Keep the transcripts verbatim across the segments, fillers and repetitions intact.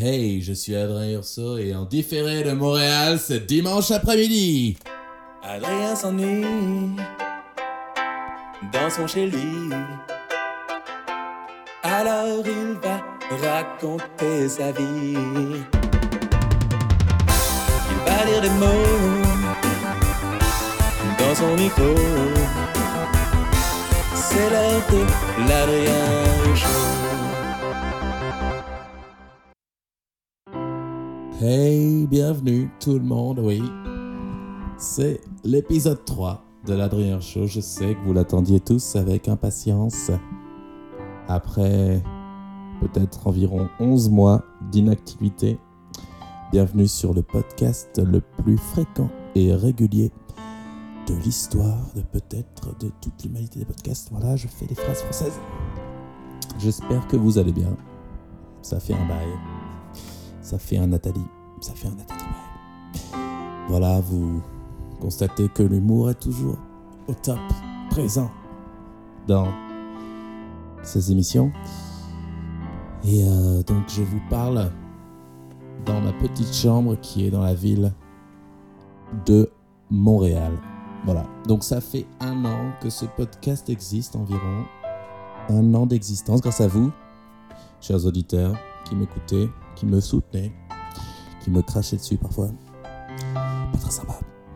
Hey, je suis Adrien Urso et en différé de Montréal, c'est dimanche après-midi. Adrien s'ennuie dans son chez lui. Alors il va raconter sa vie. Il va lire des mots dans son micro. C'est l'heure de l'Adrien Show. Hey, bienvenue tout le monde, oui. C'est l'épisode trois de l'Adrien Show. Je sais que vous l'attendiez tous avec impatience. Après peut-être environ onze mois d'inactivité, bienvenue sur le podcast le plus fréquent et régulier de l'histoire, de peut-être de toute l'humanité des podcasts. Voilà, je fais des phrases françaises. J'espère que vous allez bien. Ça fait un bail. Ça fait un Nathalie. Ça fait un Nathalie bail. Voilà, vous constatez que l'humour est toujours au top, présent dans ces émissions. Et euh, donc je vous parle dans ma petite chambre qui est dans la ville de Montréal. Voilà, donc ça fait un an que ce podcast existe environ. Un an d'existence grâce à vous, chers auditeurs, qui m'écoutez, qui me soutenez, qui me crachez dessus parfois. Pas très sympa.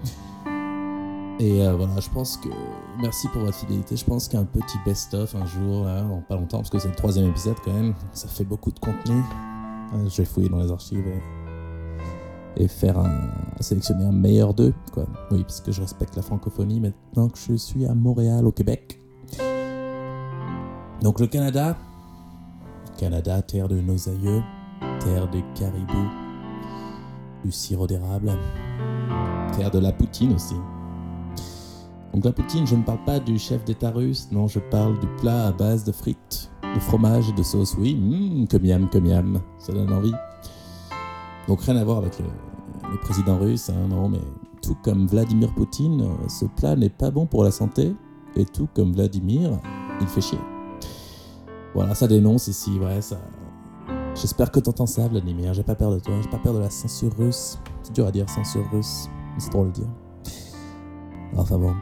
Et euh, voilà, je pense que... Merci pour votre fidélité. Je pense qu'un petit best-of un jour, là, en pas longtemps, parce que c'est le troisième épisode quand même, ça fait beaucoup de contenu. Je vais fouiller dans les archives et, et faire un... sélectionner un meilleur d'eux, quoi. Oui, parce que je respecte la francophonie maintenant que je suis à Montréal, au Québec. Donc le Canada... Canada, terre de nos aïeux, terre des caribous, du sirop d'érable, terre de la poutine aussi. Donc la poutine, je ne parle pas du chef d'État russe, non, je parle du plat à base de frites, de fromage et de sauce. Oui, mmh, que miam, que miam, ça donne envie. Donc rien à voir avec le, le président russe, hein, non, mais tout comme Vladimir Poutine, ce plat n'est pas bon pour la santé, et tout comme Vladimir, il fait chier. Voilà, ça dénonce ici, ouais, ça... J'espère que t'entends ça, Vladimir, j'ai pas peur de toi, j'ai pas peur de la censure russe. C'est dur à dire, censure russe, mais c'est drôle de dire. Enfin bon...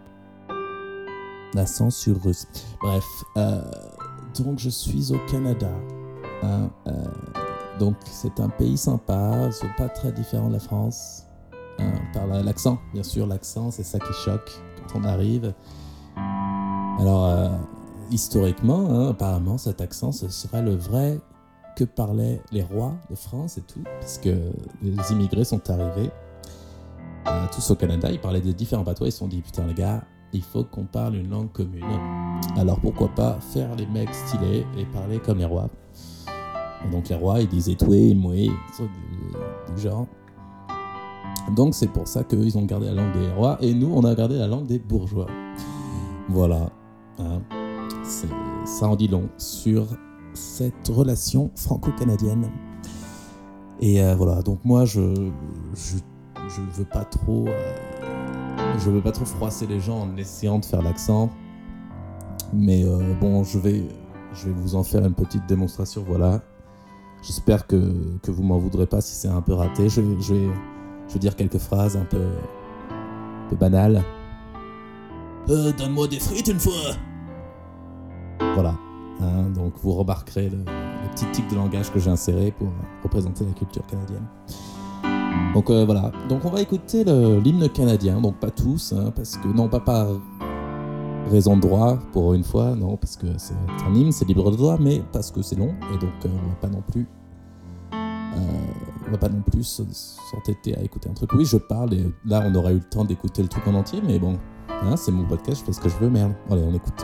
La censure russe. Bref, euh, donc je suis au Canada. Hein, euh, donc c'est un pays sympa, c'est pas très différent de la France. Hein, par l'accent, bien sûr, l'accent, c'est ça qui choque quand on arrive. Alors... Euh, Historiquement, hein, apparemment, cet accent, ce serait le vrai que parlaient les rois de France et tout, puisque les immigrés sont arrivés euh, tous au Canada, ils parlaient de différents patois, ils se sont dit, putain les gars, il faut qu'on parle une langue commune. Alors pourquoi pas faire les mecs stylés et parler comme les rois. Et donc les rois, ils disaient toué, moué, du genre. Donc c'est pour ça qu'eux, ils ont gardé la langue des rois, et nous, on a gardé la langue des bourgeois. Voilà, hein. C'est, ça en dit long sur cette relation franco-canadienne. Et euh, voilà, donc moi je je je veux pas trop euh, je veux pas trop froisser les gens en essayant de faire l'accent, mais euh, bon, je vais je vais vous en faire une petite démonstration. Voilà, j'espère que que vous m'en voudrez pas si c'est un peu raté. Je vais je vais je vais dire quelques phrases un peu un peu banales. Euh, donne-moi des frites une fois. Voilà, hein, donc vous remarquerez le, le petit tic de langage que j'ai inséré pour représenter la culture canadienne. Donc euh, voilà, donc on va écouter le, l'hymne canadien, donc pas tous, hein, parce que non, pas par raison de droit pour une fois, non, parce que c'est un hymne, c'est libre de droit, mais parce que c'est long, et donc euh, on va pas non plus, euh, on va pas non plus s'entêter à écouter un truc. Oui, je parle, et là on aurait eu le temps d'écouter le truc en entier, mais bon, hein, c'est mon podcast, je fais ce que je veux, merde. Allez, on écoute.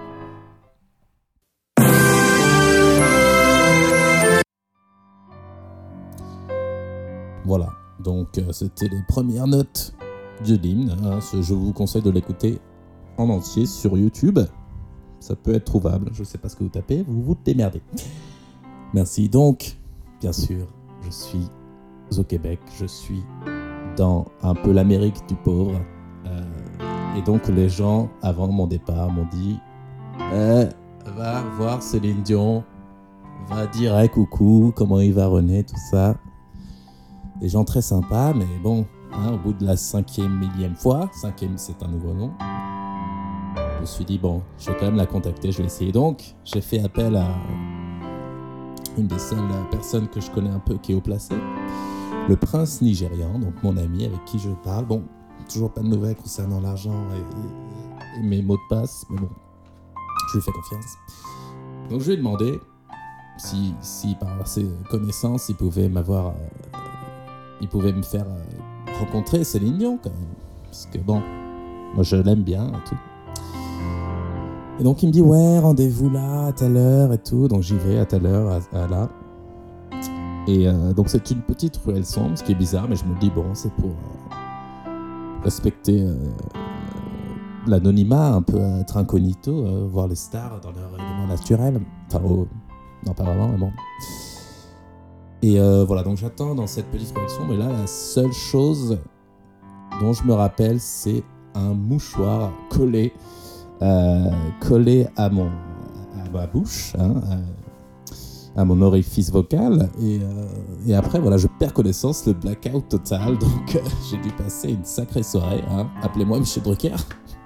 Voilà, donc euh, c'était les premières notes de l'hymne. Hein. Je vous conseille de l'écouter en entier sur YouTube. Ça peut être trouvable, je ne sais pas ce que vous tapez, vous vous démerdez. Merci. Donc, bien sûr, je suis au Québec, je suis dans un peu l'Amérique du pauvre. Euh, et donc les gens, avant mon départ, m'ont dit eh, « Va voir Céline Dion, va dire hey, coucou, comment il va René, tout ça. Des gens très sympas, mais bon, hein, au bout de la cinquième, millième fois, cinquième c'est un nouveau nom, je me suis dit bon, je vais quand même la contacter, je vais essayer. Donc, j'ai fait appel à une des seules personnes que je connais un peu qui est haut placé, le prince nigérian, donc mon ami avec qui je parle. Bon, toujours pas de nouvelles concernant l'argent et, et, et mes mots de passe, mais bon, je lui fais confiance. Donc je lui ai demandé si, si par ses connaissances, il pouvait m'avoir, euh, il pouvait me faire euh, rencontrer Céline Dion quand même, parce que bon, moi je l'aime bien et tout. Et donc il me dit ouais, rendez-vous là à telle heure et tout, donc j'y vais à telle heure, à, à là. Et euh, donc c'est une petite ruelle sombre, ce qui est bizarre, mais je me dis bon, c'est pour euh, respecter euh, l'anonymat, un peu être incognito, euh, voir les stars dans leur élément naturel. Enfin, oh, non pas vraiment, mais bon. Et euh, voilà, donc j'attends dans cette petite ruelle sombre, et là la seule chose dont je me rappelle, c'est un mouchoir collé, euh, collé à mon, à ma bouche, hein, à, à mon orifice vocal, et, euh, et après voilà, je perds connaissance, le blackout total, donc euh, j'ai dû passer une sacrée soirée, hein. Appelez-moi Michel Drucker.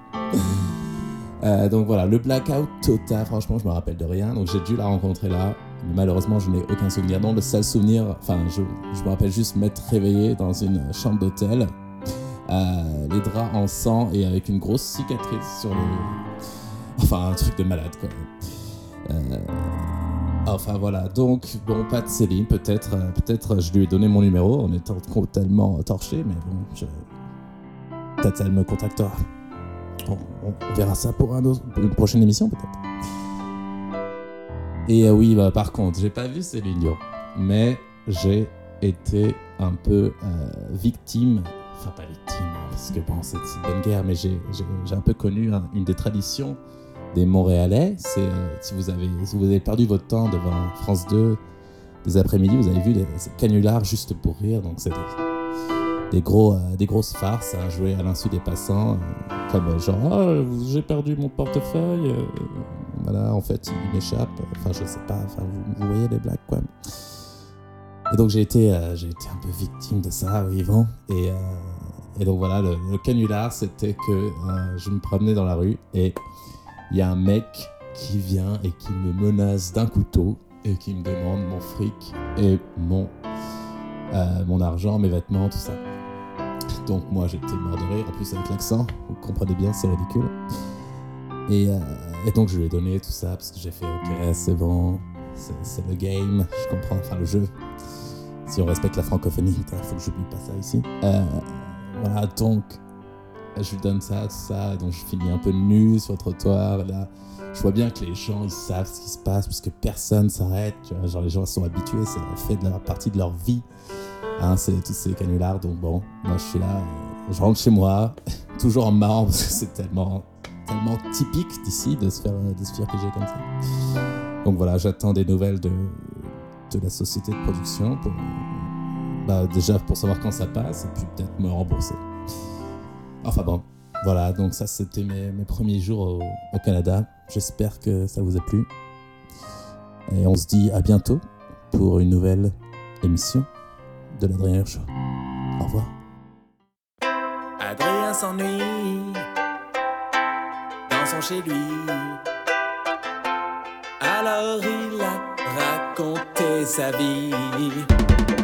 euh, donc voilà, le blackout total, franchement je me rappelle de rien, donc j'ai dû la rencontrer là, mais malheureusement je n'ai aucun souvenir. Non, le seul souvenir, enfin je, je me rappelle juste m'être réveillé dans une chambre d'hôtel, euh, les draps en sang et avec une grosse cicatrice sur le... Enfin un truc de malade quoi. Euh... Enfin voilà, donc bon, pas de Céline, peut-être, euh, peut-être je lui ai donné mon numéro en étant totalement torché, mais bon, je... peut-être elle me contactera. Bon, on verra ça pour, un autre, pour une prochaine émission peut-être. Et euh, oui, bah, par contre, j'ai pas vu Céline Dion, mais j'ai été un peu euh, victime, enfin pas victime, parce que bon, c'est une bonne guerre, mais j'ai, j'ai, j'ai un peu connu hein, une des traditions des Montréalais. C'est euh, si vous avez si vous avez perdu votre temps devant France deux des après-midi, vous avez vu les, ces canulars juste pour rire, donc c'est des, des gros euh, des grosses farces à jouer à l'insu des passants, euh, comme euh, genre oh, j'ai perdu mon portefeuille, euh, voilà, en fait il m'échappe, enfin je sais pas, enfin vous, vous voyez les blagues quoi. Et donc j'ai été euh, j'ai été un peu victime de ça, oui, Yvan, et euh, et donc voilà, le, le canular c'était que euh, je me promenais dans la rue et il y a un mec qui vient et qui me menace d'un couteau et qui me demande mon fric et mon, euh, mon argent, mes vêtements, tout ça. Donc moi j'étais mort de rire, en plus avec l'accent, vous comprenez bien, c'est ridicule. Et, euh, et donc je lui ai donné tout ça parce que j'ai fait ok, c'est bon, c'est, c'est le game, je comprends, enfin le jeu. Si on respecte la francophonie, il faut que j'oublie pas ça ici. Euh, voilà, donc... je lui donne ça, tout ça, donc je finis un peu nu sur le trottoir, là, je vois bien que les gens, ils savent ce qui se passe, parce que personne s'arrête, tu vois, genre les gens sont habitués, c'est fait de la partie de leur vie, hein, c'est tous ces canulars, donc bon, moi je suis là, euh, je rentre chez moi, toujours en marrant, parce que c'est tellement, tellement typique d'ici de se faire, de se faire piéger comme ça. Donc voilà, j'attends des nouvelles de, de la société de production, pour, bah, déjà pour savoir quand ça passe, et puis peut-être me rembourser. Enfin bon, voilà, donc ça c'était mes, mes premiers jours au, au Canada. J'espère que ça vous a plu. Et on se dit à bientôt pour une nouvelle émission de l'Adrien Show. Au revoir. Adrien s'ennuie dans son chez lui. Alors il a raconté sa vie.